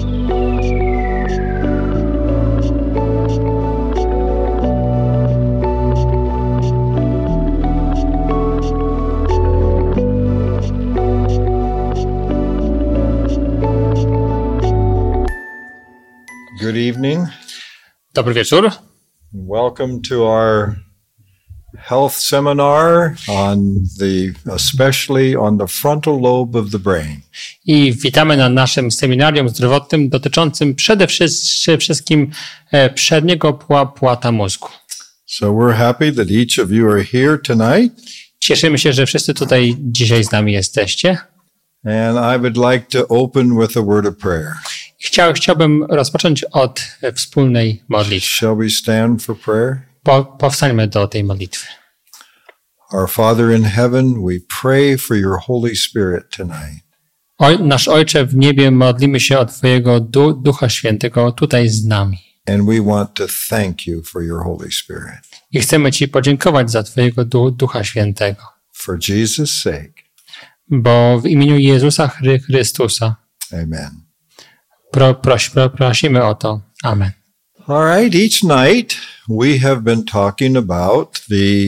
Good evening. Dobry wieczór. Welcome to our health seminar especially on the frontal lobe of the brain. I witamy na naszym seminarium zdrowotnym dotyczącym przede wszystkim przedniego płata mózgu. So we're happy that each of you are here tonight. Cieszymy się, że wszyscy tutaj dzisiaj z nami jesteście. And I would like to open with a word of prayer. Chciałbym rozpocząć od wspólnej modlitwy. Shall we stand for prayer? Powstańmy do tej modlitwy. Our Father in heaven, we pray for your Holy Spirit tonight. Nasz Ojcze w niebie, modlimy się o Twojego Ducha Świętego tutaj z nami. And we want to thank you for your Holy Spirit. I chcemy Ci podziękować za Twojego Ducha Świętego. For Jesus' sake. Bo w imieniu Jezusa Chrystusa. Amen. Prosimy o to. Amen. All right, each night we have been talking about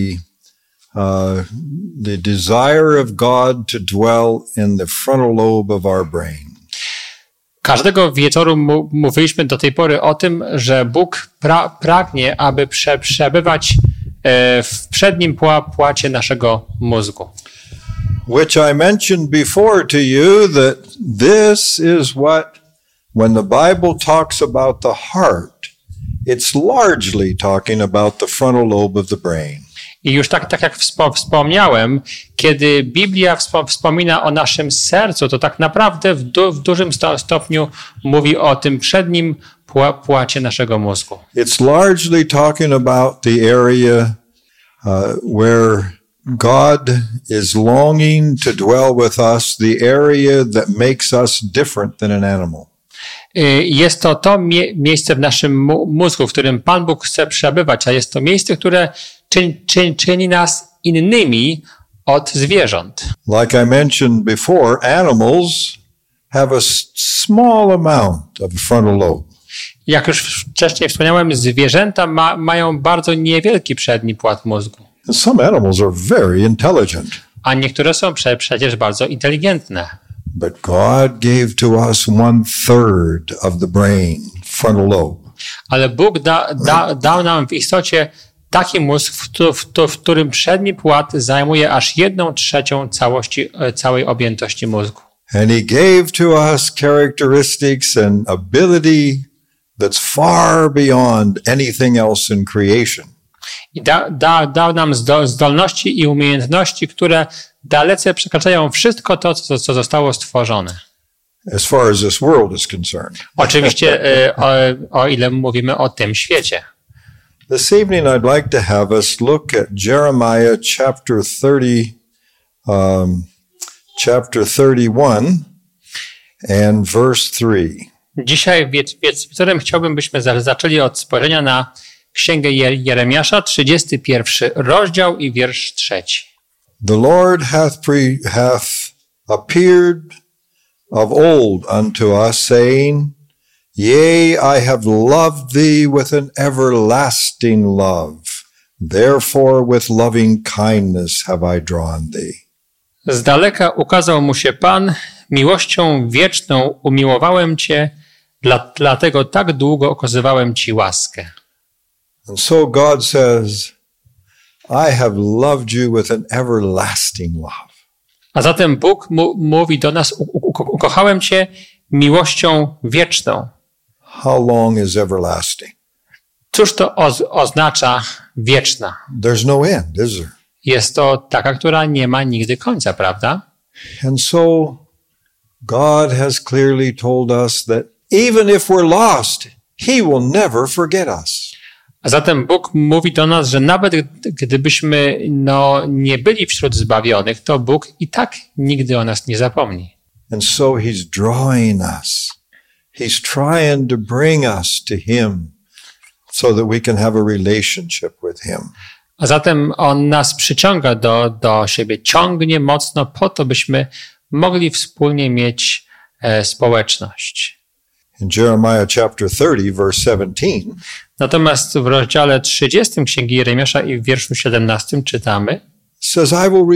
the desire of God to dwell in the frontal lobe of our brain. Każdego wieczoru mówiliśmy do tej pory o tym, że Bóg pragnie, aby przebywać w przednim płacie naszego mózgu. Which I mentioned before to you that this is what, when the Bible talks about the heart, it's largely talking about the frontal lobe of the brain. I już tak jak wspomniałem, kiedy Biblia wspomina o naszym sercu, to tak naprawdę w dużym stopniu mówi o tym przednim płacie naszego mózgu. It's largely talking about the area where God is longing to dwell with us, the area that makes us different than an animal. Jest to miejsce w naszym mózgu, w którym Pan Bóg chce przebywać, a jest to miejsce, które czyni nas innymi od zwierząt. Like I mentioned before, animals have a small amount of frontal lobe. Jak już wcześniej wspomniałem, zwierzęta mają bardzo niewielki przedni płat mózgu. Some animals are very intelligent. A niektóre są przecież bardzo inteligentne. But God gave to us 1/3 of the brain, frontal lobe. Ale Bóg dał nam w istocie taki mózg, w którym przedni płat zajmuje aż 1/3 całej objętości mózgu. And He gave to us characteristics and ability that's far beyond anything else in creation. I dał nam zdolności i umiejętności, które dalece przekraczają wszystko to, co zostało stworzone. As far as this world is concerned. Oczywiście, o ile mówimy o tym świecie. This evening I'd like to have us look at Jeremiah chapter 31 and verse 3. Dzisiaj wieczorem chciałbym, byśmy zaczęli od spojrzenia na Księgę Jeremiasza, 31 rozdział i wiersz 3. The Lord hath appeared of old unto us, saying, Yea, I have loved thee with an everlasting love. Therefore with loving kindness have I drawn thee. Z daleka ukazał mu się Pan, miłością wieczną umiłowałem cię, dlatego tak długo okazywałem ci łaskę. And so God says, I have loved you with an everlasting love. A zatem Bóg mówi do nas, ukochałem cię miłością wieczną. How long is everlasting? Cóż to oznacza wieczna? There's no end, is there? Jest to taka, która nie ma nigdy końca, prawda? And so God has clearly told us that even if we're lost, He will never forget us. A zatem Bóg mówi do nas, że nawet gdybyśmy nie byli wśród zbawionych, to Bóg i tak nigdy o nas nie zapomni. And so He's drawing us. He's trying to bring us to Him so that we can have a relationship with Him. A zatem On nas przyciąga do siebie, ciągnie mocno po to, byśmy mogli wspólnie mieć społeczność. In Jeremiah chapter 30, verse 17, Natomiast w rozdziale 30 Księgi Jeremiasza i w wierszu 17 czytamy: says,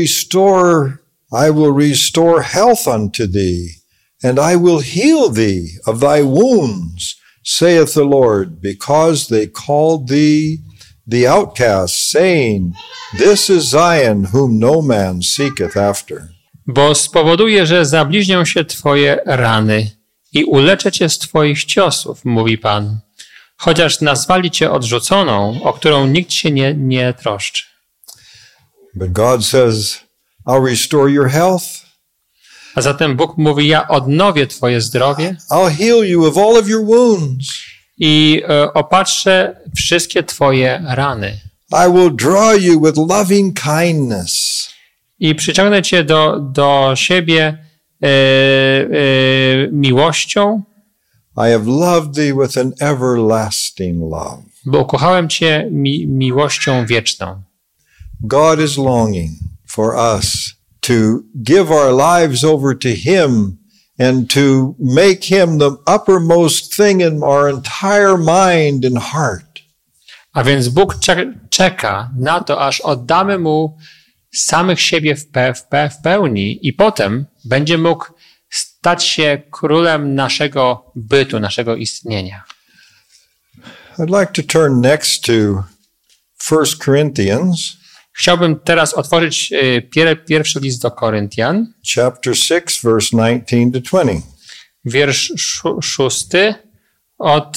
I will restore health unto thee, and I will heal thee of thy wounds, saith the Lord, because they called thee the outcast, saying, This is Zion, whom no man seeketh after. Bo spowoduje, że zabliźnią się twoje rany i uleczę cię z twoich ciosów, mówi Pan, chociaż nazwali cię odrzuconą, o którą nikt się nie troszczy. But God says, I'll restore your health. A zatem Bóg mówi: ja odnowię twoje zdrowie I'll heal you of all of your wounds. i opatrzę wszystkie twoje rany. I will draw you with loving kindness. I przyciągnę cię do siebie miłością, I have loved thee with an everlasting love. bo ukochałem cię miłością wieczną. God is longing for us to give our lives over to Him and to make Him the uppermost thing in our entire mind and heart. A więc Bóg czeka na to, aż oddamy Mu samych siebie w pełni i potem będzie mógł stać się królem naszego bytu, naszego istnienia. I'd like to turn next to 1 Corinthians. Chciałbym teraz otworzyć pierwszy list do Koryntian, Chapter 6, verse 19 to 20. wiersz 6 od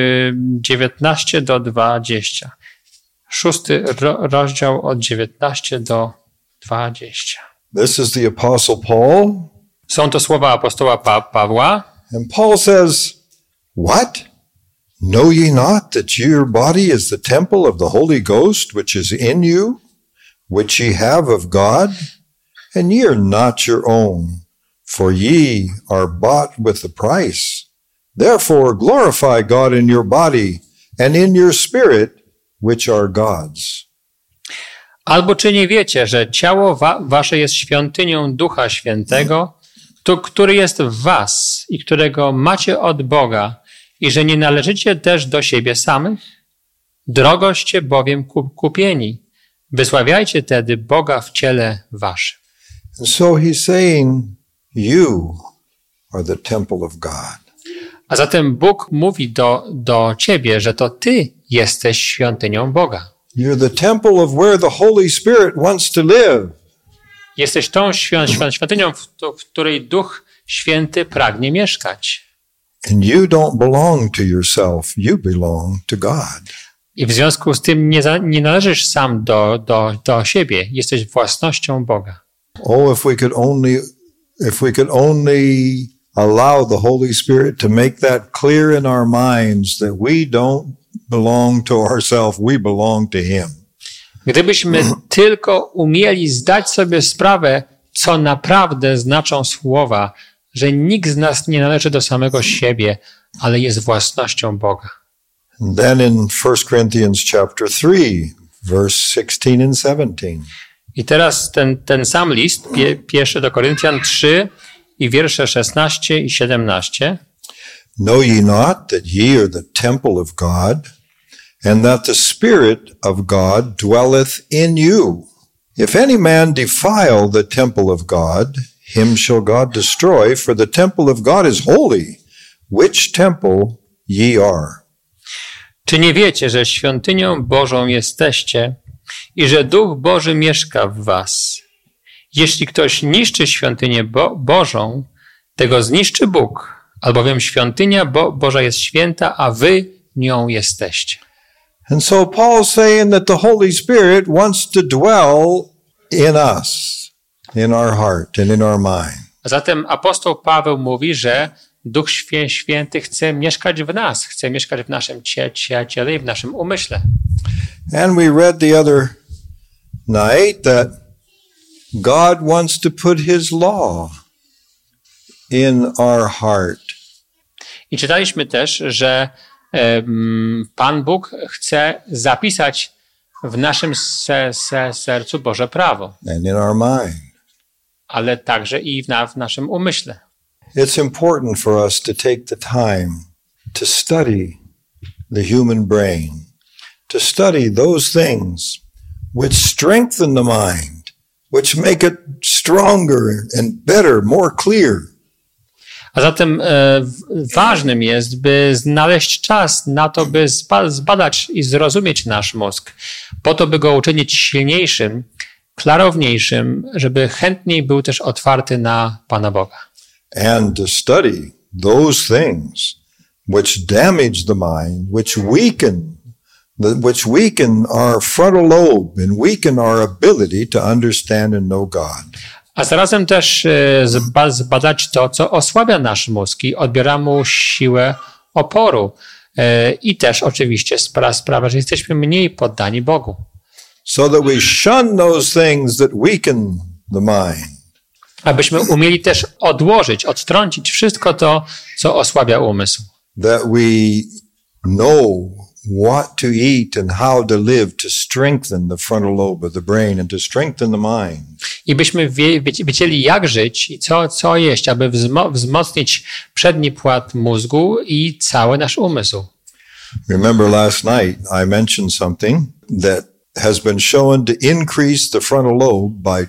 19 do 20. 6 rozdział od 19 do 20. This is the Apostle Paul. Są to słowa apostoła Pawła. And Paul says, What? Know ye not that your body is the temple of the Holy Ghost, which is in you, which ye have of God? And ye are not your own, for ye are bought with a price. Therefore glorify God in your body and in your spirit, which are God's. Albo czy nie wiecie, że ciało wasze jest świątynią Ducha Świętego, który jest w was i którego macie od Boga, i że nie należycie też do siebie samych? Drogoście bowiem kupieni. Wysławiajcie tedy Boga w ciele waszym. And so he's saying, you are the temple of God. A zatem Bóg mówi do ciebie, że to ty jesteś świątynią Boga. You're the temple of where the Holy Spirit wants to live. Jesteś tą świątynią, w której Duch Święty pragnie mieszkać. And you don't belong to yourself, you belong to God. I w związku z tym nie należysz sam do siebie. Jesteś własnością Boga. Oh, if we could only allow the Holy Spirit to make that clear in our minds that we don't belong to ourselves, we belong to Him. Gdybyśmy tylko umieli zdać sobie sprawę, co naprawdę znaczą słowa, że nikt z nas nie należy do samego siebie, ale jest własnością Boga. And then in 1 Corinthians chapter 3, verse 16 and 17. I teraz ten sam list, pierwszy do Koryntian 3 i wiersze 16 i 17. Know ye not that ye are the temple of God, and that the Spirit of God dwelleth in you? If any man defile the temple of God, him shall God destroy, for the temple of God is holy, which temple ye are. Czy nie wiecie, że świątynią Bożą jesteście i że Duch Boży mieszka w was? Jeśli ktoś niszczy świątynię Bożą, tego zniszczy Bóg, albowiem świątynia Boża jest święta, a wy nią jesteście. And so Paul's saying that the Holy Spirit wants to dwell in us, in our heart and in our mind. A zatem apostoł Paweł mówi, że Duch Święty chce mieszkać w nas, chce mieszkać w naszym ciele i w naszym umyśle. And we read the other night that God wants to put His law in our heart. I czytaliśmy też, że Pan Bóg chce zapisać w naszym sercu Boże prawo. And in our mind. Ale także i w naszym umyśle. It's important for us to take the time to study the human brain, to study those things which strengthen the mind, which make it stronger and better, more clear. A zatem ważnym jest, by znaleźć czas na to, by zbadać i zrozumieć nasz mózg, po to, by go uczynić silniejszym, klarowniejszym, żeby chętniej był też otwarty na Pana Boga. And to study those things which damage the mind, which weaken our frontal lobe and weaken our ability to understand and know God. A zarazem też zbadać to, co osłabia nasz mózg i odbiera mu siłę oporu. I też oczywiście sprawia, że jesteśmy mniej poddani Bogu. So that we shun those things that weaken the mind. Abyśmy umieli też odłożyć, odtrącić wszystko to, co osłabia umysł. That we know what to eat and how to live to strengthen the frontal lobe of the brain and to strengthen the mind. I byśmy wiedzieli, jak żyć i co jeść, aby wzmocnić przedni płat mózgu i cały nasz umysł. Remember last night I mentioned something that has been shown to increase the frontal lobe by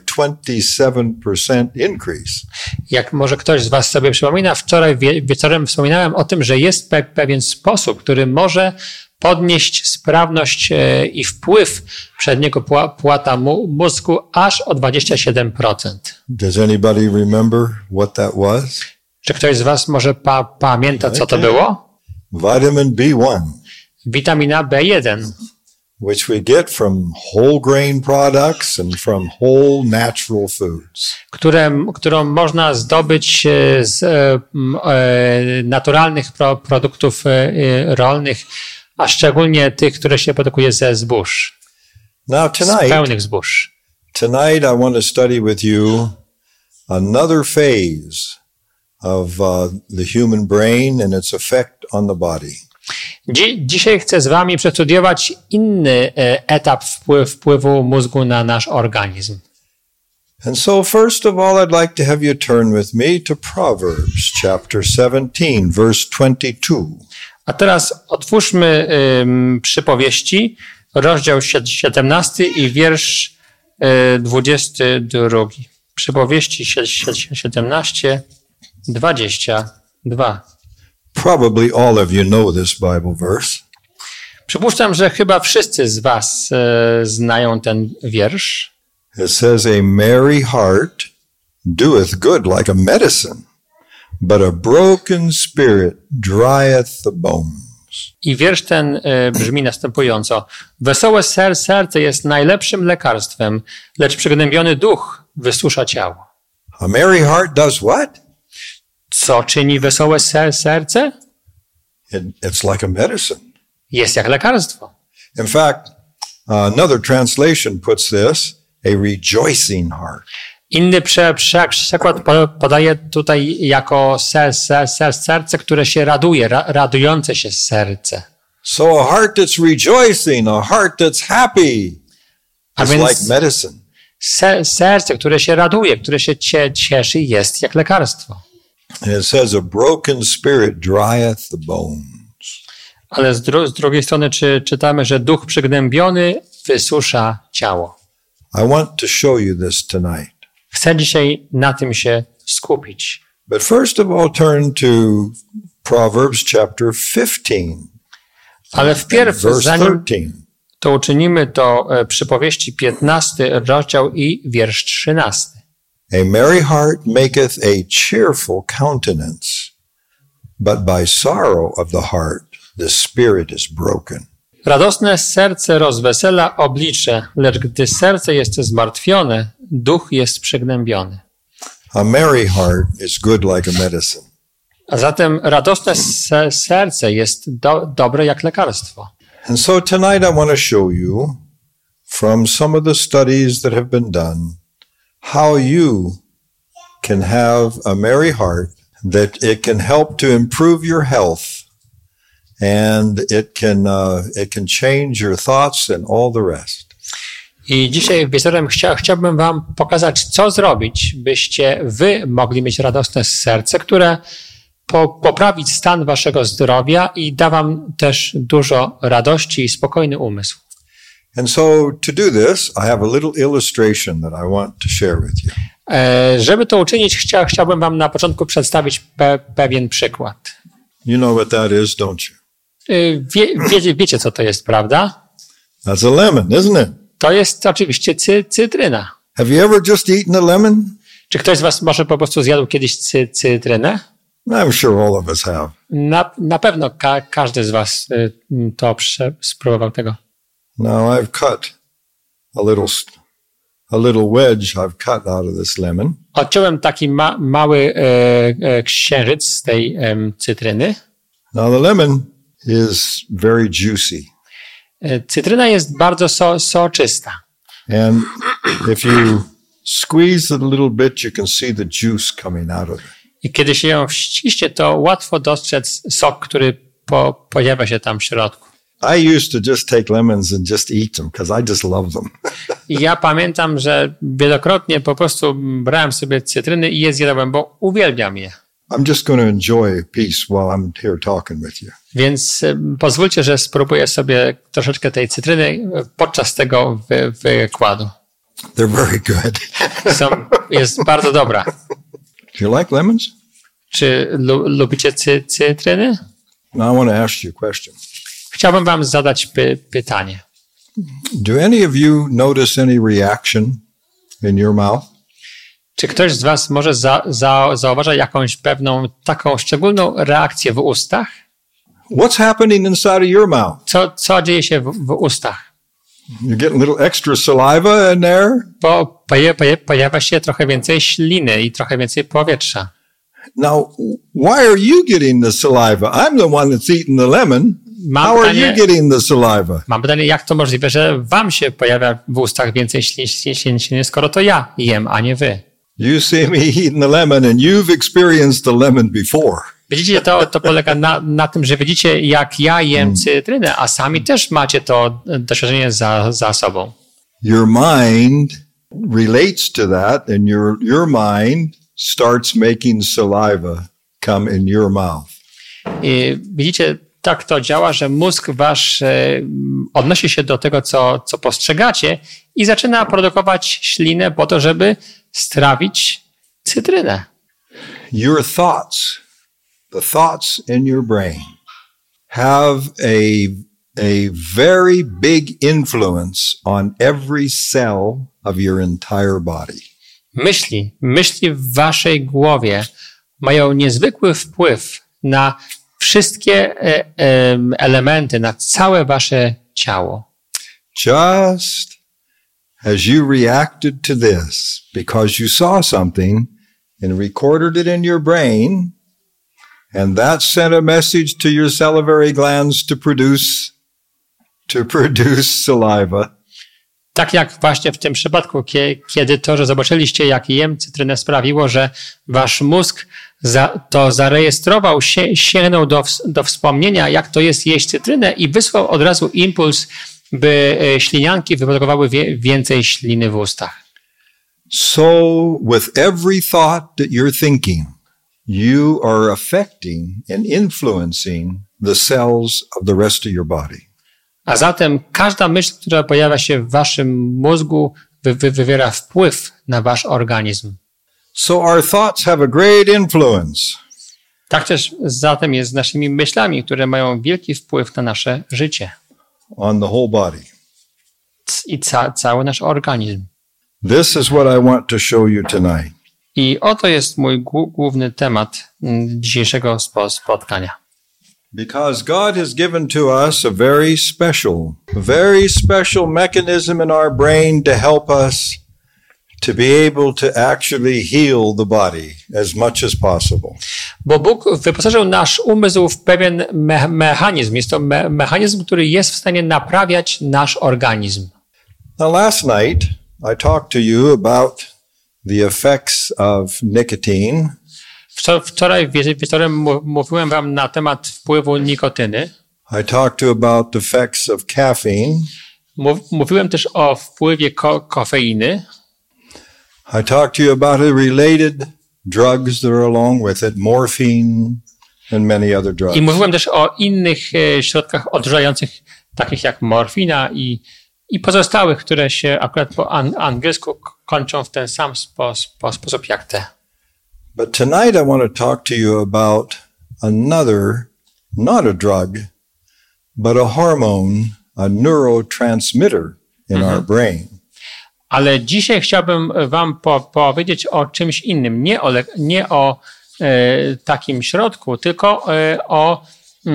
27% increase. Jak może ktoś z was sobie przypomina, wczoraj wieczorem wspominałem o tym, że jest pewien sposób, który może podnieść sprawność i wpływ przedniego płata mózgu aż o 27%. Does anybody remember what that was? Czy ktoś z was może pamięta, co to było? Vitamin B1. Witamina B1. Which we get from whole grain products and from whole natural foods. Którą można zdobyć z naturalnych produktów rolnych, a szczególnie tych, które się produkuje ze zbóż. Now z pełnych zbóż. Tonight I want to study with you another phase of the human brain and its effect on the body. Dzisiaj chcę z wami przestudiować inny etap wpływu mózgu na nasz organizm. And so first of all I'd like to have you turn with me to Proverbs chapter 17 verse 22. A teraz otwórzmy Przypowieści, rozdział 17 i wiersz 22. Przypowieści 17, 22. Probably all of you know this Bible verse. Przypuszczam, że chyba wszyscy z was znają ten wiersz. It says, a merry heart doeth good like a medicine, but a broken spirit drieth the bones. I wiersz ten brzmi następująco. Wesołe serce jest najlepszym lekarstwem, lecz przygnębiony duch wysusza ciało. A merry heart does what? Co czyni wesołe serce? It's like a medicine. Jest jak lekarstwo. In fact, another translation puts this, a rejoicing heart. Inny przekład podaje tutaj jako serce, które się raduje, radujące się serce. So a heart that's rejoicing, a heart that's happy is like medicine. Serce, które się raduje, które się cieszy, jest jak lekarstwo. And it says, a broken spirit drieth the bones. Ale z drugiej strony czytamy, że duch przygnębiony wysusza ciało. I want to show you this tonight. Chcę dzisiaj na tym się skupić. But first of all, turn to Proverbs chapter 15. Ale wpierw, zanim to uczynimy, to Przypowieści 15 rozdział i wiersz 13. A merry heart maketh a cheerful countenance, but by sorrow of the heart the spirit is broken. Radosne serce rozwesela oblicze, lecz gdy serce jest zmartwione, duch jest przygnębiony. A merry heart is good like a medicine. A zatem radosne serce jest dobre jak lekarstwo. And so tonight I want to show you from some of the studies that have been done how you can have a merry heart, that it can help to improve your health, and it can change your thoughts and all the rest. I dzisiaj wieczorem chciałbym wam pokazać, co zrobić, byście wy mogli mieć radosne serce, które poprawić stan waszego zdrowia i da wam też dużo radości i spokojny umysł. And so to do this, I have a little illustration that I want to share with you. Żeby to uczynić, chciałbym wam na początku przedstawić pewien przykład. You know what that is, don't you? Wiecie, co to jest, prawda? That's a lemon, isn't it? To jest oczywiście cytryna. Have you ever just eaten a lemon? Czy ktoś z was może po prostu zjadł kiedyś cytrynę? I'm sure all of us have. Na pewno każdy z was to spróbował tego. Now I've cut a little wedge I've cut out of this lemon. Odciąłem taki mały księżyc z tej cytryny. Now the lemon is very juicy. Cytryna jest bardzo soczysta. And if you squeeze it a little bit, you can see the juice coming out of it. I kiedy się ją wciśnie, to łatwo dostrzec sok, który pojawia się tam w środku. I used to just take lemons and just eat them because I just love them. I ja pamiętam, że wielokrotnie po prostu brałem sobie cytryny i je zjadałem, bo uwielbiam je. I'm just going to enjoy a piece while I'm here talking with you. Więc pozwólcie, że spróbuję sobie troszeczkę tej cytryny podczas tego wykładu. They're very good. Jest bardzo dobra. Do you like lemons? Czy lubicie cytryny? Now I want to ask you a question. Chciałbym wam zadać pytanie. Do any of you notice any reaction in your mouth? Czy ktoś z was może zauważa jakąś pewną taką szczególną reakcję w ustach? What's happening inside of your mouth? Co dzieje się w ustach? You're getting a little extra saliva in there? Bo pojawia się trochę więcej śliny i trochę więcej powietrza. Now, why are you getting the saliva? I'm the one that's eating the lemon. How are you getting the saliva? Mam pytanie, jak to możliwe, że wam się pojawia w ustach więcej śliny, skoro to ja jem, a nie wy? You see me eating the lemon and you've experienced the lemon before. Widzicie, to polega na tym, że widzicie, jak ja jem cytrynę, a sami też macie to doświadczenie za sobą. Your mind relates to that and your mind starts making saliva come in your mouth. I widzicie, tak to działa, że mózg wasz odnosi się do tego, co postrzegacie i zaczyna produkować ślinę po to, żeby strawić cytrynę. Your thoughts, the thoughts in your brain have a very big influence on every cell of your entire body. Myśli w waszej głowie mają niezwykły wpływ na wszystkie elementy, na całe wasze ciało. Just as you reacted to this because you saw something and recorded it in your brain, and that sent a message to your salivary glands to produce saliva. Tak jak właśnie w tym przypadku, kiedy to, że zobaczyliście, jak jem cytrynę, sprawiło, że wasz mózg to zarejestrował, sięgnął do wspomnienia, jak to jest jeść cytrynę i wysłał od razu impuls, by ślinianki wyprodukowały więcej śliny w ustach. So with every thought that you're thinking, you are affecting and influencing the cells of the rest of your body. A zatem każda myśl, która pojawia się w waszym mózgu, wywiera wpływ na wasz organizm. So our thoughts have a great influence. Tak też zatem jest z naszymi myślami, które mają wielki wpływ na nasze życie. On the whole body. I cały nasz organizm. This is what I want to show you tonight. I oto jest mój główny temat dzisiejszego spotkania. Because God has given to us a very special mechanism in our brain to help us to be able to actually heal the body as much as possible. Bo Bóg wyposażył nasz umysł w pewien mechanizm. Jest to mechanizm, który jest w stanie naprawiać nasz organizm. Now last night I talked to you about the effects of nicotine. Wczoraj wieczorem mówiłem wam na temat wpływu nikotyny. I talked to you about the effects of caffeine. Mówiłem też o wpływie kofeiny. I talked to you about the related drugs that are along with it, morphine, and many other drugs. I mówiłem też o innych środkach odurzających, takich jak morfina i pozostałych, które się akurat po angielsku kończą w ten sam sposób jak te. But tonight I want to talk to you about another, not a drug, but a hormone, a neurotransmitter in our brain. Ale dzisiaj chciałbym wam powiedzieć o czymś innym. Nie o takim środku, tylko o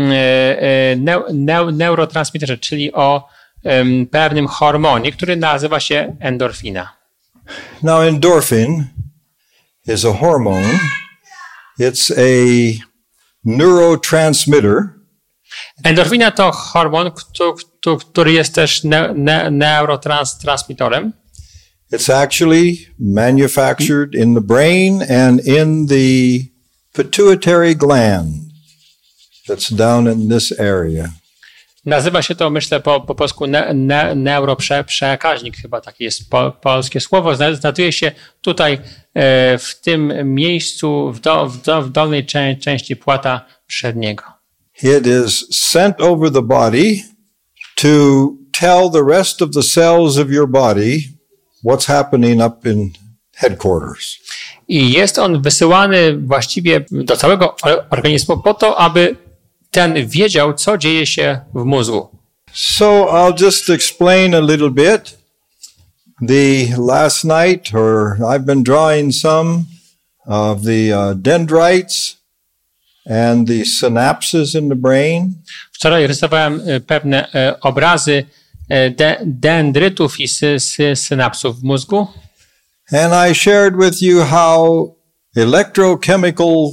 neurotransmitterze, czyli o pewnym hormonie, który nazywa się endorfina. Now, endorphin is a hormone. It's a neurotransmitter. Endorfina to hormon, który jest też neurotransmitterem. It's actually manufactured in the brain and in the pituitary gland that's down in this area. Nazywa się to, myślę, po polsku neuroprzekaźnik, chyba takie jest polskie słowo. Znajduje się tutaj w tym miejscu, w dolnej części płata przedniego. It is sent over the body to tell the rest of the cells of your body what's happening up in headquarters. I jest on wysyłany właściwie do całego organizmu po to, aby ten wiedział, co dzieje się w mózgu. So I'll just explain a little bit. The last night, or I've been drawing some of the dendrites and the synapses in the brain. Wczoraj rysowałem pewne obrazy dendrytów i synapsów w mózgu. And I shared with you how electrochemical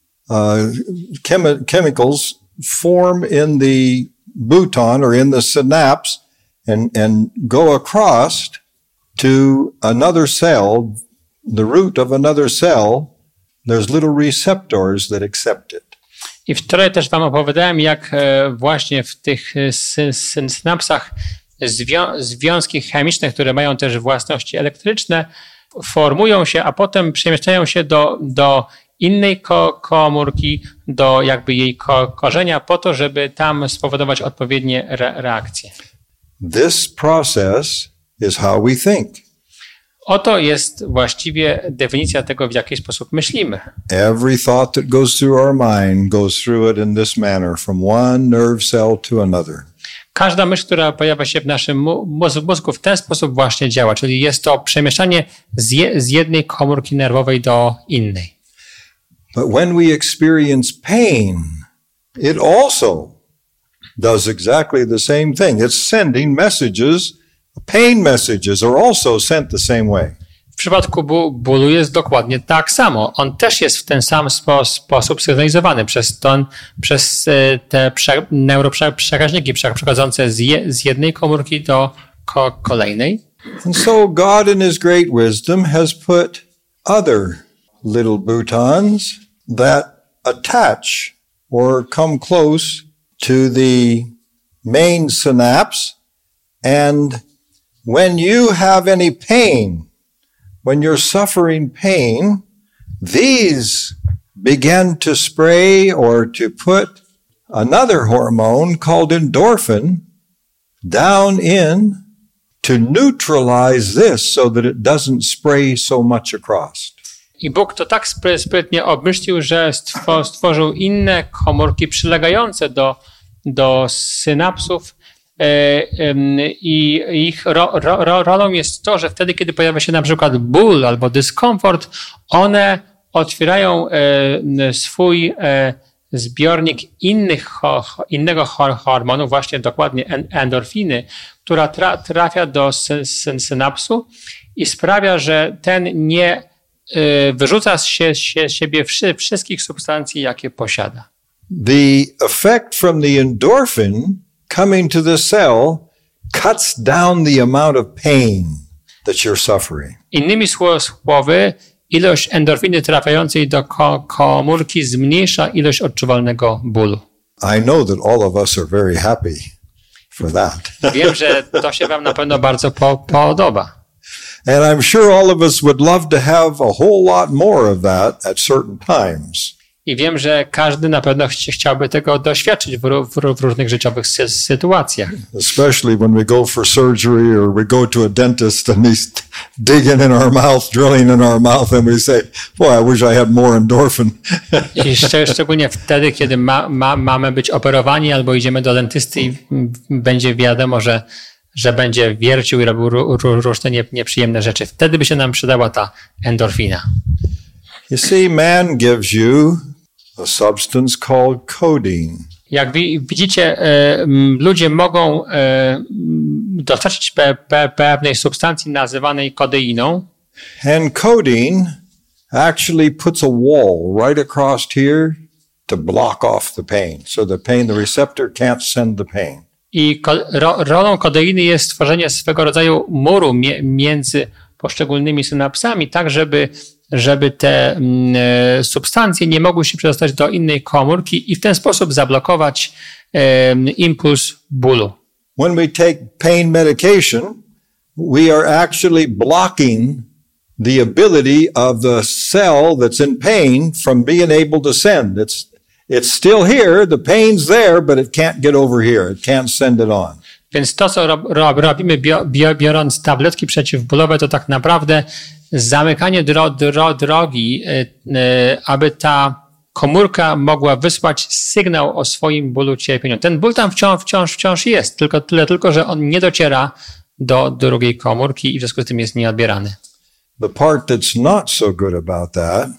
chemicals form in the buton or in the synapse and go across to another cell, the root of another cell. There's little receptors that accept it. I wczoraj też wam opowiadałem, jak właśnie w tych synapsach związki chemiczne, które mają też własności elektryczne, formują się, a potem przemieszczają się do innej komórki, do jakby jej korzenia, po to, żeby tam spowodować odpowiednie reakcje. This process is how we think. Oto jest właściwie definicja tego, w jaki sposób myślimy. Every thought that goes through our mind goes through it in this manner, from one nerve cell to another. Każda myśl, która pojawia się w naszym mózgu, w ten sposób właśnie działa, czyli jest to przemieszczanie z jednej komórki nerwowej do innej. But when we experience pain, it also does exactly the same thing. It's sending messages. Pain messages are also sent the same way. W przypadku bólu jest dokładnie tak samo. On też jest w ten sam sposób sygnalizowany przez te neuroprzekaźniki przechodzące z jednej komórki do kolejnej. And so God in His great wisdom has put other little butons that attach or come close to the main synapse, and when you have any pain, when you're suffering pain, these begin to spray or to put another hormone called endorphin down in to neutralize this so that it doesn't spray so much across. I Bóg to tak sprytnie obmyślił, że stworzył inne komórki przylegające do synapsów, i ich rolą jest to, że wtedy, kiedy pojawia się na przykład ból albo dyskomfort, one otwierają swój zbiornik innego hormonu, właśnie dokładnie endorfiny, która trafia do synapsu i sprawia, że ten nie wyrzuca z siebie wszystkich substancji, jakie posiada. The effect from the endorphin coming to the cell cuts down the amount of pain that you're suffering. Innymi słowy, ilość endorfiny trafiającej do komórki zmniejsza ilość odczuwalnego bólu. I know that all of us are very happy for that. Wiem, że to się wam na pewno bardzo podoba. And I'm sure all of us would love to have a whole lot more of that at certain times. life. I wiem, że każdy na pewno chciałby tego doświadczyć w różnych życiowych sytuacjach. Especially when we go for surgery or we go to a dentist and he's digging in our mouth, drilling in our mouth, and we say, boy, I wish I had more endorphin. I szczególnie wtedy, kiedy mamy być operowani albo idziemy do dentysty i będzie wiadomo, że będzie wiercił i robił różne nieprzyjemne rzeczy. Wtedy by się nam przydała ta endorfina. You see, man gives you a substance called codeine. Jak widzicie, ludzie mogą dostarczyć pewnej substancji nazywanej kodeiną. And codeine actually puts a wall right across here to block off the pain. So the receptor can't send the pain. I rolą kodeiny jest stworzenie swego rodzaju muru między poszczególnymi synapsami, tak żeby te substancje nie mogły się przedostać do innej komórki i w ten sposób zablokować impuls bólu. When we take pain medication, we are actually blocking the ability of the cell that's in pain from being able to send. It's still here, the pain's there, but it can't get over here. It can't send it on. Więc to, co robimy biorąc tabletki przeciwbólowe, to tak naprawdę zamykanie drogi, aby ta komórka mogła wysłać sygnał o swoim bólu, cierpieniu. Ten ból tam wciąż jest, tylko że on nie dociera do drugiej komórki i w związku z tym jest nieodbierany. The part that's not so good about that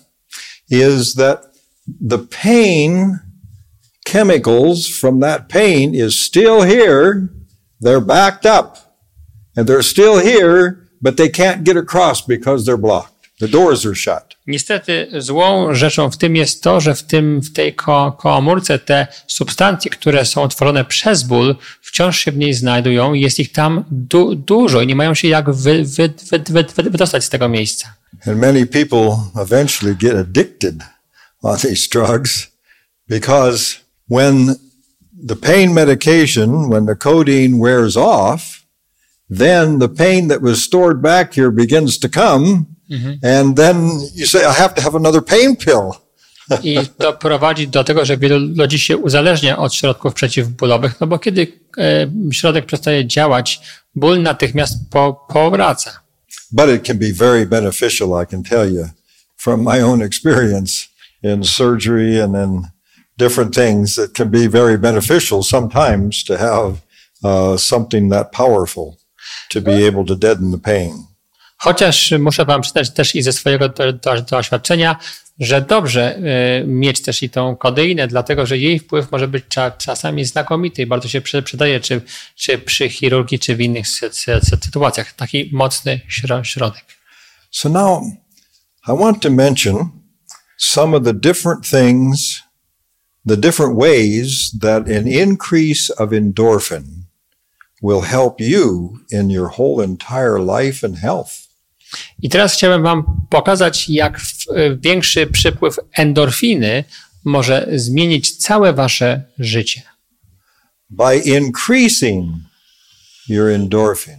is that the pain chemicals from that pain is still here. They're backed up and they're still here, but they can't get across because they're blocked. The doors are shut. Niestety złą rzeczą w tym jest to, że w tej komórce te substancje, które są tworzone przez ból, wciąż się w niej znajdują. Jest ich tam dużo i nie mają się jak wydostać z tego miejsca. And many people eventually get addicted on these drugs because when the pain medication, when the codeine wears off, then the pain that was stored back here begins to come, and then you say, I have to have another pain pill. I to prowadzi do tego, że wielu ludzi się uzależnia od środków przeciwbólowych, no bo kiedy środek przestaje działać, ból natychmiast powraca. But it can be very beneficial, I can tell you, from my own experience in surgery and in different things. It can be very beneficial sometimes to have something that powerful to be able to deaden the pain. Chociaż muszę wam przyznać też i ze swojego doświadczenia, że dobrze mieć też i tą kodeinę, dlatego że jej wpływ może być czasami znakomity i bardzo się przydaje, czy przy chirurgii, czy w innych sytuacjach. Taki mocny środek. So now I want to mention some of the different things, the different ways that an increase of endorphin will help you in your whole entire life and health. I teraz chciałem wam pokazać, jak większy przypływ endorfiny może zmienić całe wasze życie. By increasing your endorphin.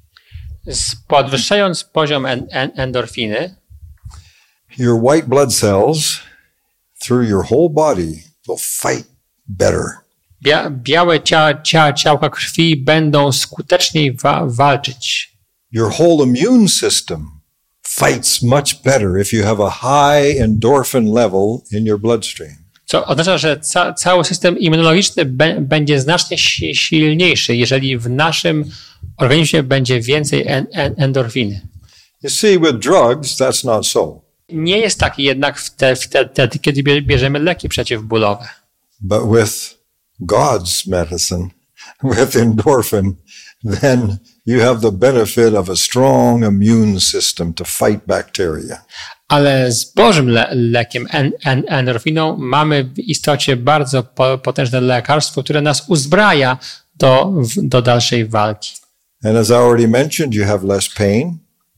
Podwyższając poziom endorfiny, your white blood cells through your whole body will fight better. Białe ciałka krwi będą skuteczniej walczyć. Your whole immune system fights much better if you have a high endorphin level in your bloodstream. Co oznacza, że cały system immunologiczny będzie znacznie silniejszy, jeżeli w naszym organizmie będzie więcej endorfiny. You see, with drugs, that's not so. Nie jest tak jednak wtedy, kiedy bierzemy leki przeciwbólowe. But with God's medicine, with endorphin, then you have the benefit of a strong immune system to fight bacteria. Ale z Bożym lekiem, endorfiną, mamy w istocie bardzo potężne lekarstwo, które nas uzbraja do dalszej walki. And as I already mentioned, you have less pain.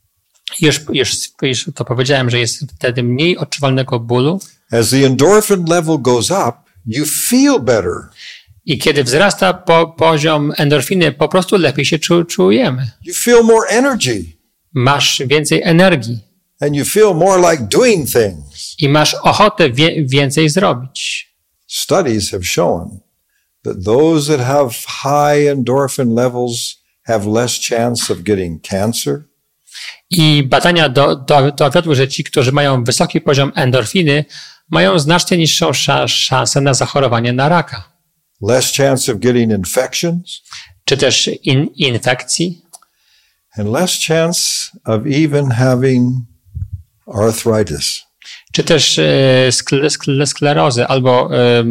Już to powiedziałem, że jest wtedy mniej odczuwalnego bólu. As the endorphin level goes up, you feel better. I kiedy wzrasta poziom endorfiny, po prostu lepiej się czujemy. You feel more energy. Masz więcej energii. and you feel more like doing things. I masz ochotę więcej zrobić. Studies have shown that those that have high endorphin levels have less chance of getting cancer. I badania dowiodły, że ci, którzy mają wysoki poziom endorfiny, mają znacznie niższą szansę na zachorowanie na raka. Less chance of getting infections. Czy też infekcji. And less chance of even having arthritis. Czy też sklerozy albo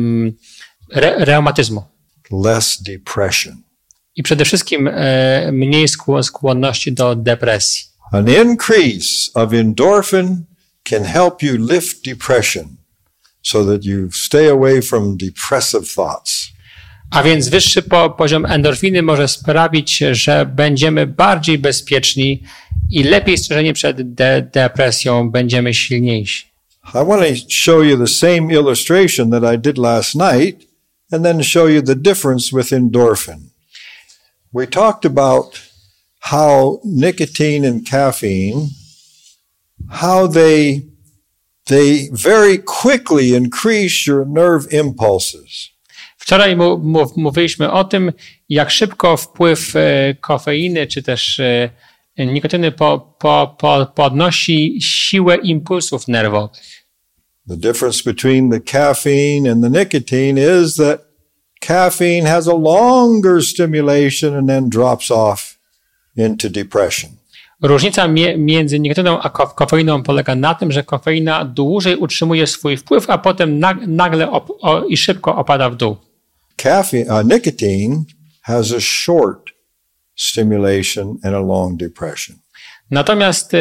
reumatyzmu. Less depression. I przede wszystkim mniej skłonności do depresji. An increase of endorphin can help you lift depression so that you stay away from depressive thoughts. A więc wyższy poziom endorfiny może sprawić, że będziemy bardziej bezpieczni i lepiej strzeżeni przed depresją, będziemy silniejsi. I want to show you the same illustration that I did last night and then show you the difference with endorphin. We talked about how nicotine and caffeine, how they very quickly increase your nerve impulses. Wczoraj mówiliśmy o tym, jak szybko wpływ kofeiny czy też nikotyny podnosi siłę impulsów nerwowych. The difference between the caffeine and the nicotine is that caffeine has a longer stimulation and then drops off into depression. Różnica między nikotyną a kofeiną polega na tym, że kofeina dłużej utrzymuje swój wpływ, a potem nagle i szybko opada w dół. Nicotine has a short stimulation and a long depression. Natomiast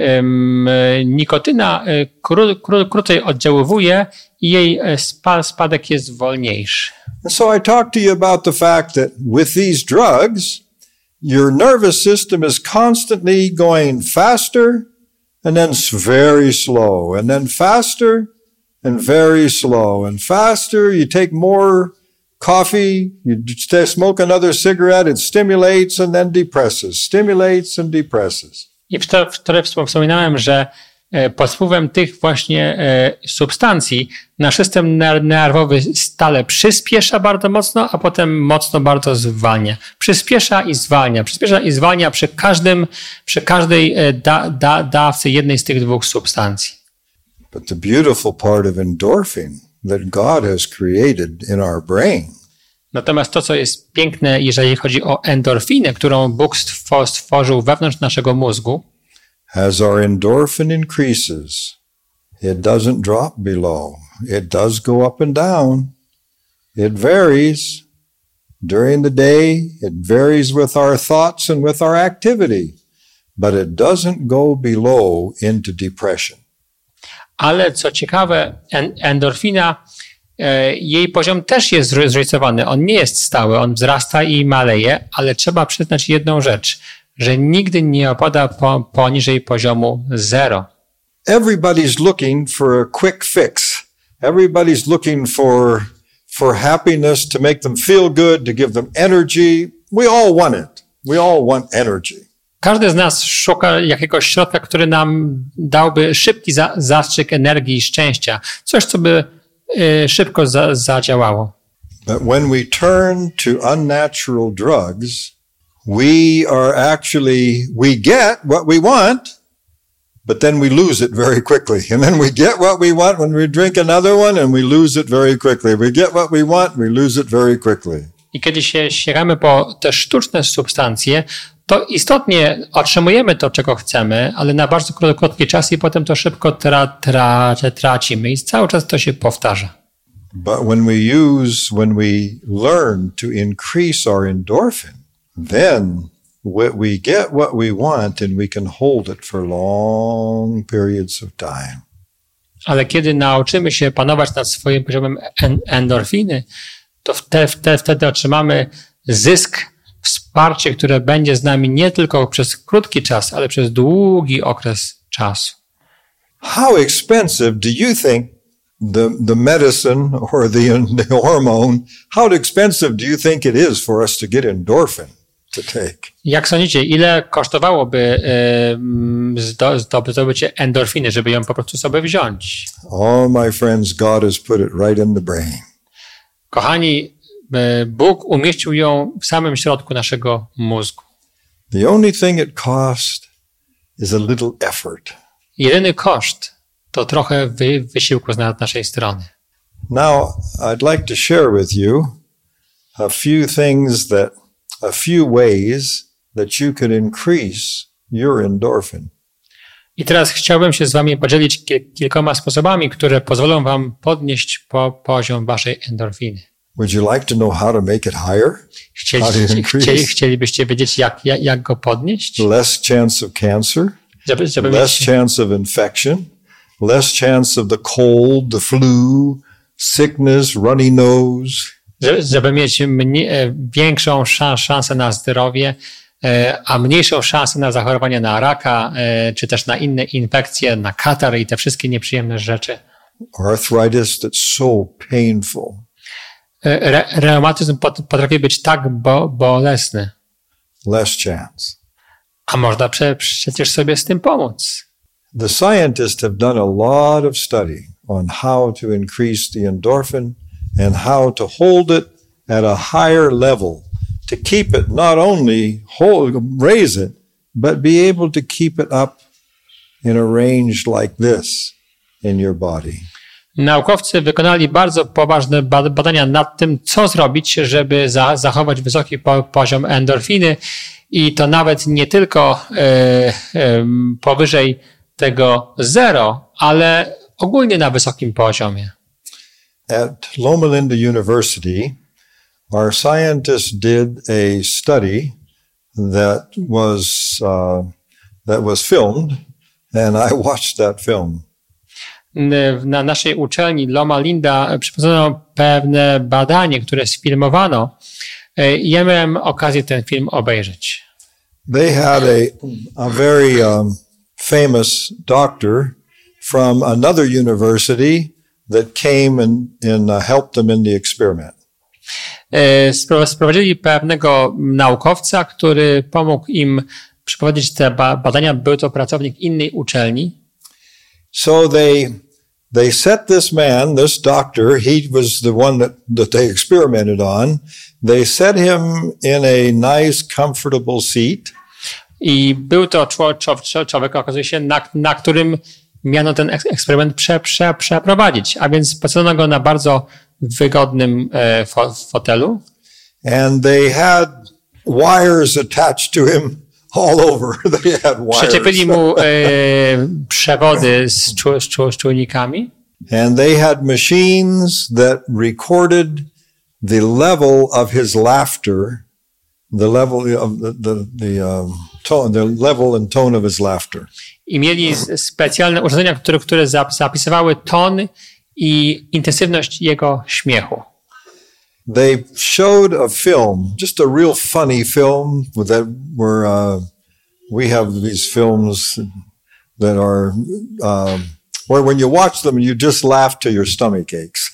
nikotyna krócej oddziaływuje i jej spadek jest wolniejszy. And so I talked to you about the fact that with these drugs, your nervous system is constantly going faster and then very slow, and then faster and very slow, and faster. You take more coffee, you smoke another cigarette, it stimulates and then depresses, stimulates and depresses. I wczoraj wspominałem, że pod wpływem tych właśnie substancji nasz system nerwowy stale przyspiesza bardzo mocno, a potem mocno bardzo zwalnia. Przyspiesza i zwalnia przy każdej dawce jednej z tych dwóch substancji. But the beautiful part of endorphin that God has created in our brain. Natomiast to, co jest piękne, jeżeli chodzi o endorfinę, którą Bóg stworzył wewnątrz naszego mózgu, as our endorphin increases, it doesn't drop below. It does go up and down. It varies during the day. It varies with our thoughts and with our activity, but it doesn't go below into depression. Ale co ciekawe, endorfina, jej poziom też jest zróżnicowany. On nie jest stały, on wzrasta i maleje, ale trzeba przyznać jedną rzecz, że nigdy nie opada poniżej poziomu 0. Everybody's looking for a quick fix. Everybody's looking for happiness, to make them feel good, to give them energy. We all want it. We all want energy. Każdy z nas szuka jakiegoś środka, który nam dałby szybki zastrzyk energii i szczęścia. Coś, co by szybko zadziałało. But when we turn to unnatural drugs, we get what we want, but then we lose it very quickly. And then we get what we want when we drink another one, and we lose it very quickly. We get what we want, we lose it very quickly. I kiedy się sięgamy po te sztuczne substancje, to istotnie otrzymujemy to, czego chcemy, ale na bardzo krótki czas i potem to szybko tracimy i cały czas to się powtarza. But when we learn to increase our endorphin, then we get what we want and we can hold it for long periods of time. Ale kiedy nauczymy się panować nad swoim poziomem endorfiny, to wtedy otrzymamy zysk, wsparcie, które będzie z nami nie tylko przez krótki czas, ale przez długi okres czasu. How expensive do you think the medicine or the hormone, how expensive do you think it is for us to get endorphin? to take? Jak sądzicie, ile kosztowałoby zdobycie endorfiny, żeby ją po prostu sobie wziąć? Oh, my friends, God has put it right in the brain. Kochani, Bóg umieścił ją w samym środku naszego mózgu. The only thing it cost is a little effort. Jedyny koszt to trochę wysiłku z naszej strony. Now, I'd like to share with you a few ways that you could increase your endorphin. I teraz chciałbym się z wami podzielić kilkoma sposobami, które pozwolą wam podnieść poziom waszej endorfiny. Would you like to know how to make it higher? Chcielibyście wiedzieć, jak go podnieść? Less chance of cancer, Żeby less chance of infection, less chance of the cold, the flu, sickness, runny nose. Żeby mieć większą szansę na zdrowie, a mniejszą szansę na zachorowanie na raka, czy też na inne infekcje, na katar i te wszystkie nieprzyjemne rzeczy. Arthritis that's so painful. Reumatyzm potrafi być tak bolesny. Less chance. A można przecież sobie z tym pomóc. The scientists have done a lot of study on how to increase the endorphin and how to hold it at a higher level, to keep it, not only raise it, but be able to keep it up in a range like this in your body. Naukowcy wykonali bardzo poważne badania nad tym, co zrobić, żeby zachować wysoki poziom endorfiny i to nawet nie tylko powyżej tego 0, ale ogólnie na wysokim poziomie. At Loma Linda University, our scientists did a study that was filmed, and I watched that film. Na naszej uczelni Loma Linda przeprowadzono pewne badanie, które sfilmowano i ja miałem okazję ten film obejrzeć. They had a very famous doctor from another university that came and helped them in the experiment. Sprowadzili pewnego naukowca, który pomógł im przeprowadzić te badania. Był to pracownik innej uczelni. So they set this doctor, he was the one that they experimented on. They set him in a nice, comfortable seat. I był to człowiek, okazuje się, na którym miano ten eksperyment przeprowadzić. A więc posadzono go na bardzo wygodnym fotelu. And they had wires attached to him all over. They had wires. Przyczepili mu przewody z czujnikami. And they had machines that recorded the level of his laughter, the level of the level and tone of his laughter. I mieli specjalne urządzenia, które zapisywały ton i intensywność jego śmiechu. They showed a film, just a real funny film where we have these films that are where when you watch them you just laugh till your stomach aches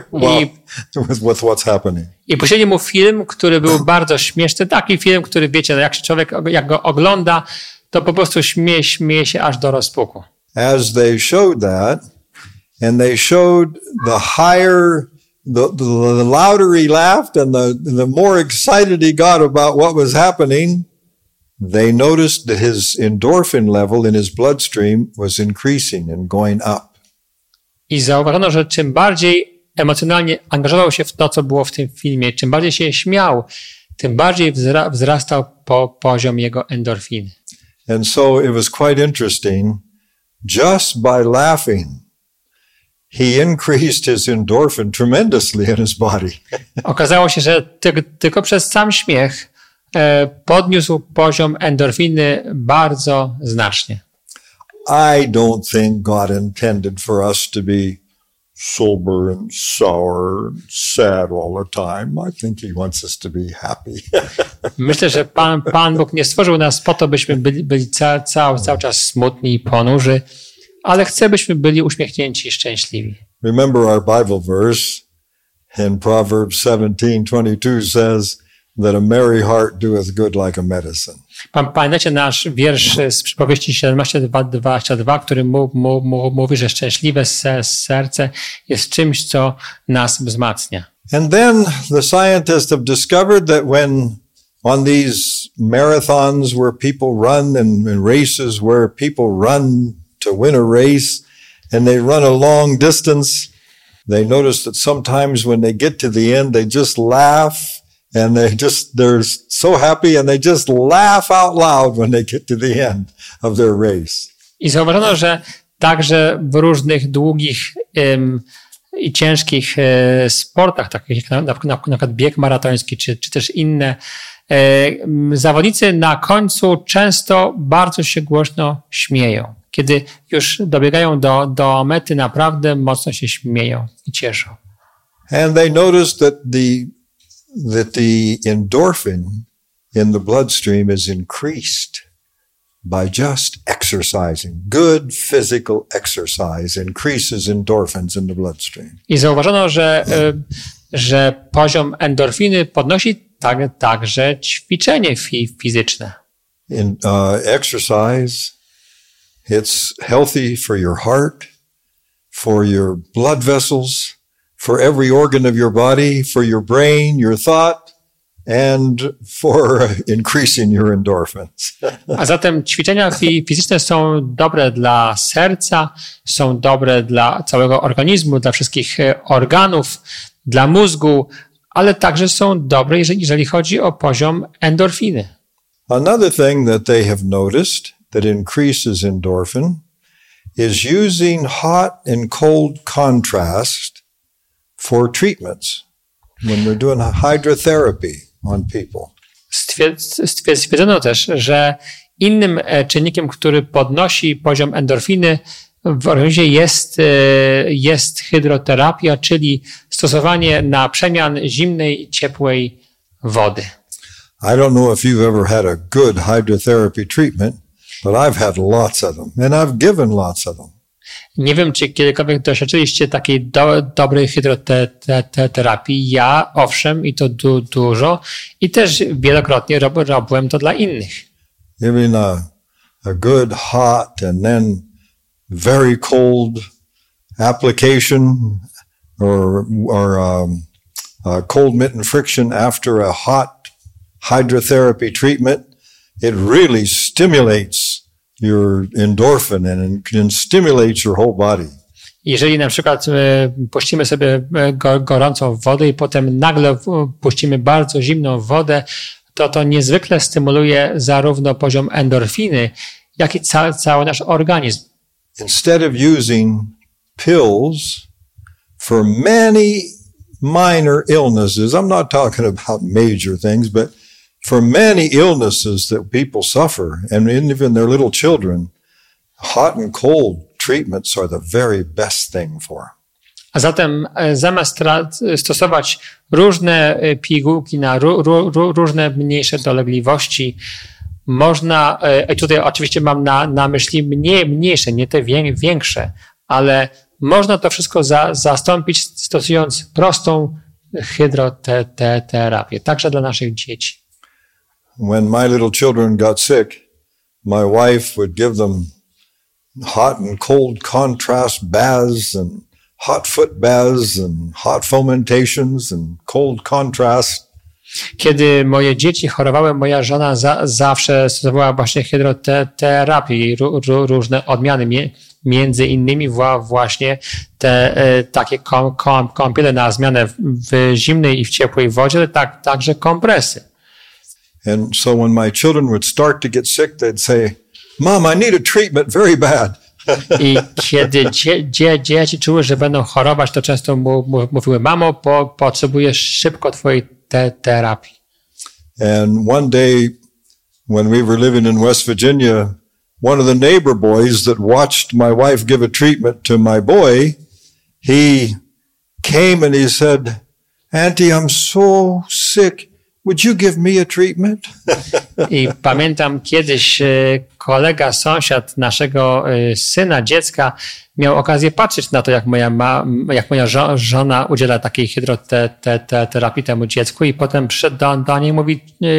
with what's happening. I puścili mu film, który był bardzo śmieszny, taki film, który wiecie, jak się człowiek jak go ogląda, to po prostu śmieje się aż do rozpuku. As they showed that, and they showed the higher, the louder he laughed and the more excited he got about what was happening, they noticed that his endorphin level in his bloodstream was increasing and going up. I zauważono, że czym bardziej emocjonalnie angażował się w to, co było w tym filmie, czym bardziej się śmiał, tym bardziej wzrastał poziom jego endorfiny. And so it was quite interesting. Just by laughing, he increased his endorphin tremendously in his body. Okazało się, że tylko przez sam śmiech podniósł poziom endorfiny bardzo znacznie. I don't think God intended for us to be sober and sour and sad all the time. I think he wants us to be happy. Myślę, że Pan Bóg nie stworzył nas po to, byśmy byli cały czas smutni i ponurzy, ale chce, byśmy byli uśmiechnięci i szczęśliwi. Remember our Bible verse in Proverbs 17:22 says, that a merry heart doeth good like a medicine. Pamiętacie nasz wiersz z przypowieści 17:22, który mówi, że szczęśliwe serce jest czymś, co nas wzmacnia. And then the scientists have discovered that when on these marathons where people run and races where people run to win a race and they run a long distance, they notice that sometimes when they get to the end, they just laugh and they're so happy and they just laugh out loud when they get to the end of their race. I zauważono, że także w różnych długich i ciężkich sportach, takich jak na przykład bieg maratoński, czy też inne, zawodnicy na końcu często bardzo się głośno śmieją. Kiedy już dobiegają do mety, naprawdę mocno się śmieją i cieszą. And they noticed that the endorphin in the bloodstream is increased by just exercising. Good physical exercise increases endorphins in the bloodstream. I zauważono, że poziom endorfiny podnosi także ćwiczenie fizyczne. Exercise, it's healthy for your heart, for your blood vessels, for every organ of your body, for your brain, your thought, and for increasing your endorphins. A zatem ćwiczenia fizyczne są dobre dla serca, są dobre dla całego organizmu, dla wszystkich organów, dla mózgu, ale także są dobre, jeżeli chodzi o poziom endorfiny. Another thing that they have noticed that increases endorphin is using hot and cold contrast for treatments when they're doing hydrotherapy on people. Stwierdzono też, że innym czynnikiem, który podnosi poziom endorfiny w organizmie jest hydroterapia, czyli stosowanie na przemian zimnej i ciepłej wody. I don't know if you've ever had a good hydrotherapy treatment, but I've had lots of them and I've given lots of them. Nie wiem, czy kiedykolwiek doświadczyliście takiej dobrej hydroterapii. Ja, owszem, i to dużo. I też wielokrotnie robiłem to dla innych. Giving a good hot and then very cold application or cold mitten friction after a hot hydrotherapy treatment, it really stimulates your endorphin and stimulates your whole body. Jeżeli na przykład puścimy sobie gorącą wodę i potem nagle puścimy bardzo zimną wodę, to niezwykle stymuluje zarówno poziom endorfiny, jak i cały nasz organizm. Instead of using pills for many minor illnesses, I'm not talking about major things, but for many illnesses that people suffer, and even their little children, hot and cold treatments are the very best thing for. A zatem zamiast stosować różne pigułki na różne mniejsze dolegliwości, można, i tutaj oczywiście mam na myśli mniejsze, nie te większe, ale można to wszystko zastąpić stosując prostą hydroterapię, także dla naszych dzieci. When my little children got sick, my wife would give them hot and cold contrast baths and hot foot baths and hot fomentations and cold contrast. Kiedy moje dzieci chorowały, moja żona zawsze stosowała właśnie hydroterapię i różne odmiany, między innymi właśnie te takie kąpiele na zmianę w zimnej i w ciepłej wodzie, ale także kompresy. And so when my children would start to get sick, they'd say, "Mom, I need a treatment very bad." I kiedy dzieci czuły, że będą chorować, to często mówiły: "Mamo, potrzebujesz szybko twojej terapii." And one day when we were living in West Virginia, one of the neighbor boys that watched my wife give a treatment to my boy, he came and he said, "Auntie, I'm so sick. would you give me a treatment? I pamiętam kiedyś kolega, sąsiad naszego syna, dziecka, miał okazję patrzeć na to, jak moja żona udziela takiej hydroterapii temu dziecku i potem przyszedł do niej i mówi,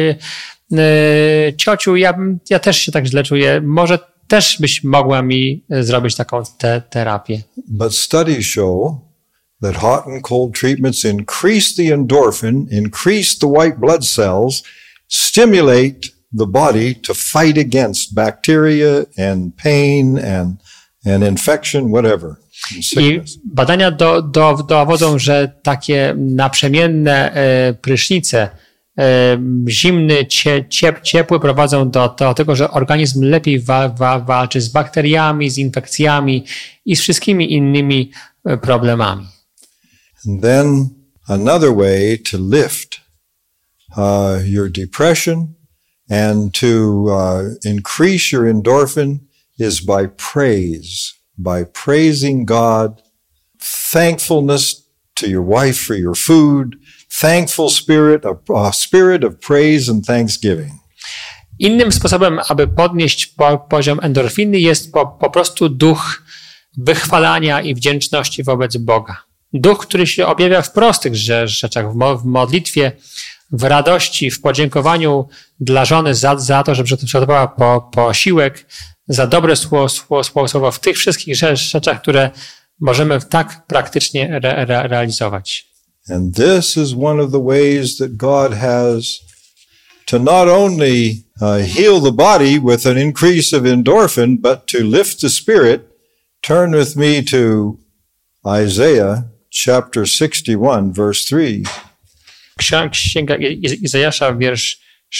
ciociu, ja też się tak źle czuję, może też byś mogła mi zrobić taką terapię. But studies show that hot and cold treatments increase the endorphin, increase the white blood cells, stimulate the body to fight against bacteria and pain and infection, whatever. I badania dowodzą, że takie naprzemienne prysznice, zimny, ciepły prowadzą do tego, że organizm lepiej walczy z bakteriami, z infekcjami i z wszystkimi innymi problemami. And then another way to lift your depression and to increase your endorphin is by praising God, thankfulness to your wife for your food, thankful spirit, a spirit of praise and thanksgiving. Innym sposobem, aby podnieść poziom endorfiny, jest po prostu duch wychwalania i wdzięczności wobec Boga. Duch, który się objawia w prostych rzeczach, w modlitwie, w radości, w podziękowaniu dla żony za to, że przygotowała posiłek, za dobre słowo, w tych wszystkich rzeczach, które możemy tak praktycznie realizować. And this is one of the ways that God has to not only heal the body with an increase of endorphin, but to lift the spirit. Turn with me to Isaiah chapter 61, verse 3. Księga Izajasza, wiersz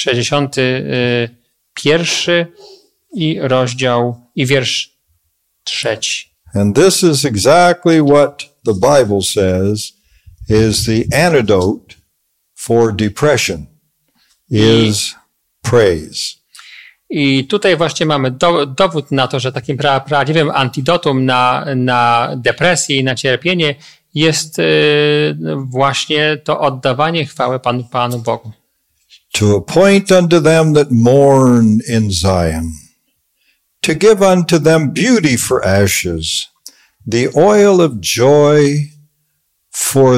61 i wiersz 3. And this is exactly what the Bible says is the antidote for depression, is praise. I tutaj właśnie mamy dowód na to, że takim prawdziwym antidotum na depresję i na cierpienie jest właśnie to oddawanie chwały Panu Bogu. To appoint unto them that mourn in Zion, to give unto them beauty for ashes, the oil of joy for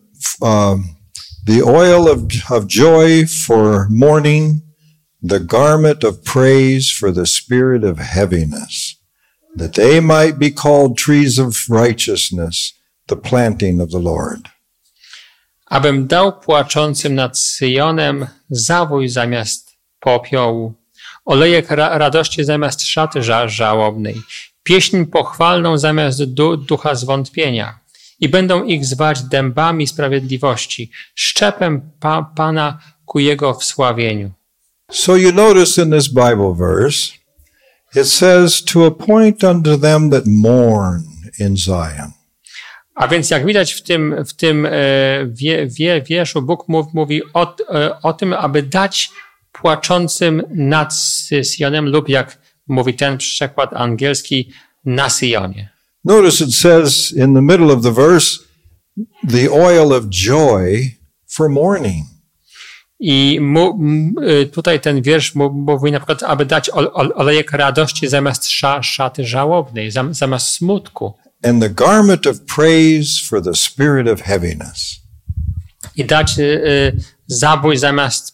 the oil of joy for mourning, the garment of praise for the spirit of heaviness, that they might be called trees of righteousness, the planting of the Lord. Abym dał płaczącym nad Syjonem zawój zamiast popiołu, olejek radości zamiast szaty żałobnej, pieśń pochwalną zamiast ducha zwątpienia. I będą ich zwać dębami sprawiedliwości, szczepem Pana ku Jego wsławieniu. So you notice in this Bible verse, it says to appoint unto them that mourn in Zion. A więc jak widać w tym wierszu, Bóg mówi o tym, aby dać płaczącym nad Syjonem lub jak mówi ten przekład angielski, na Syjonie. Notice it says in the middle of the verse, the oil of joy for mourning. I tutaj ten wiersz mówi na przykład, aby dać olejek radości zamiast szaty żałobnej, zamiast smutku. And the garment of praise for the spirit of heaviness. I dać zabój zamiast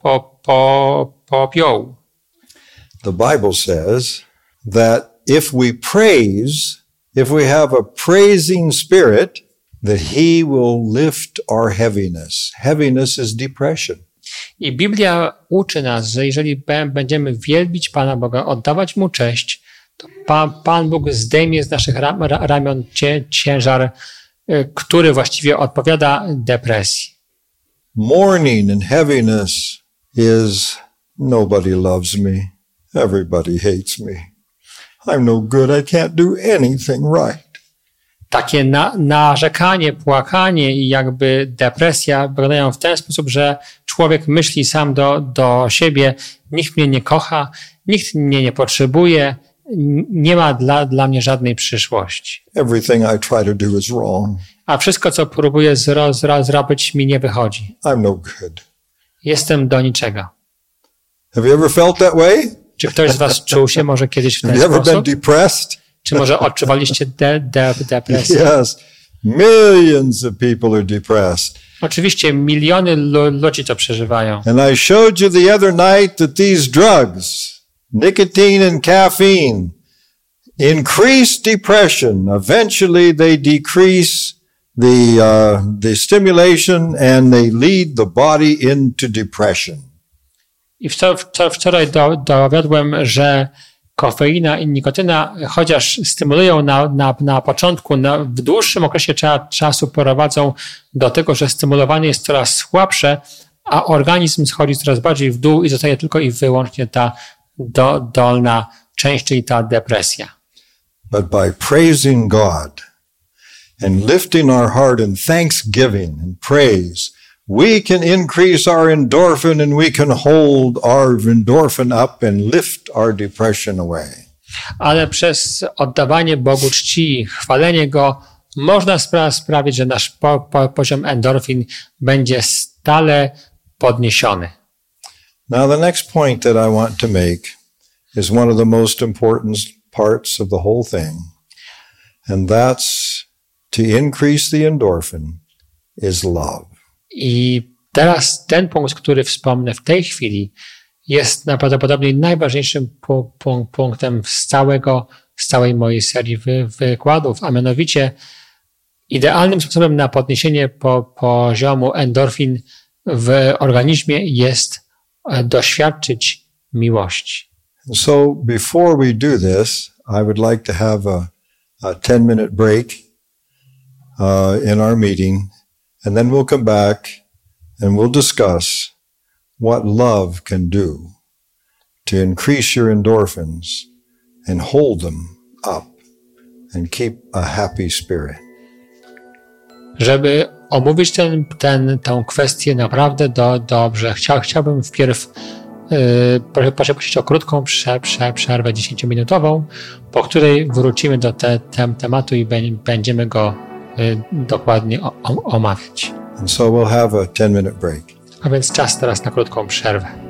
popiołu. The Bible says that if we praise, if we have a praising spirit, that He will lift our heaviness. Heaviness is depression. I Biblia uczy nas, że jeżeli będziemy wielbić Pana Boga, oddawać Mu cześć, to Pan Bóg zdejmie z naszych ramion ciężar, który właściwie odpowiada depresji. Mourning and heaviness is nobody loves me. Everybody hates me. I'm no good. I can't do anything right. Takie narzekanie, płakanie i jakby depresja wyglądają w ten sposób, że człowiek myśli sam do siebie, nikt mnie nie kocha, nikt mnie nie potrzebuje, nie ma dla mnie żadnej przyszłości. Everything I try to do is wrong. A wszystko, co próbuję zrobić, mi nie wychodzi. I'm no good. jestem do niczego. Have you ever felt that way? Czy ktoś z was czuł się może kiedyś w Have ten you ever been sposób? depressed? Czy może odczuwaliście depresję? Yes. Millions of people are depressed. Oczywiście miliony ludzi to przeżywają. And I showed you the other night that these drugs, nicotine and caffeine, increase depression. Eventually they decrease the stimulation and they lead the body into depression. I wczoraj dowiodłem, że kofeina i nikotyna, chociaż stymulują na początku, w dłuższym okresie czasu prowadzą do tego, że stymulowanie jest coraz słabsze, a organizm schodzi coraz bardziej w dół i zostaje tylko i wyłącznie ta dolna część, czyli ta depresja. But by praising God and lifting our heart in thanksgiving and praise, we can increase our endorphin and we can hold our endorphin up and lift our depression away. Ale przez oddawanie Bogu czci, chwalenie Go, można sprawić, że nasz poziom endorfin będzie stale podniesiony. Now the next point that I want to make is one of the most important parts of the whole thing. And that's to increase the endorphin is love. I teraz ten punkt, który wspomnę w tej chwili, jest najprawdopodobniej najważniejszym punktem z całej mojej serii wykładów, a mianowicie idealnym sposobem na podniesienie poziomu endorfin w organizmie jest doświadczyć miłości. So before we do this, I would like to have a 10-minute break in our meeting. And then we'll come back and we'll discuss what love can do to increase your endorphins and hold them up and keep a happy spirit. Żeby omówić tę kwestię naprawdę dobrze, chciałbym wpierw prosić o krótką przerwę 10-minutową, po której wrócimy do tematu i będziemy go dokładnie omawiać. And so we'll have a 10-minute break. A więc czas teraz na krótką przerwę.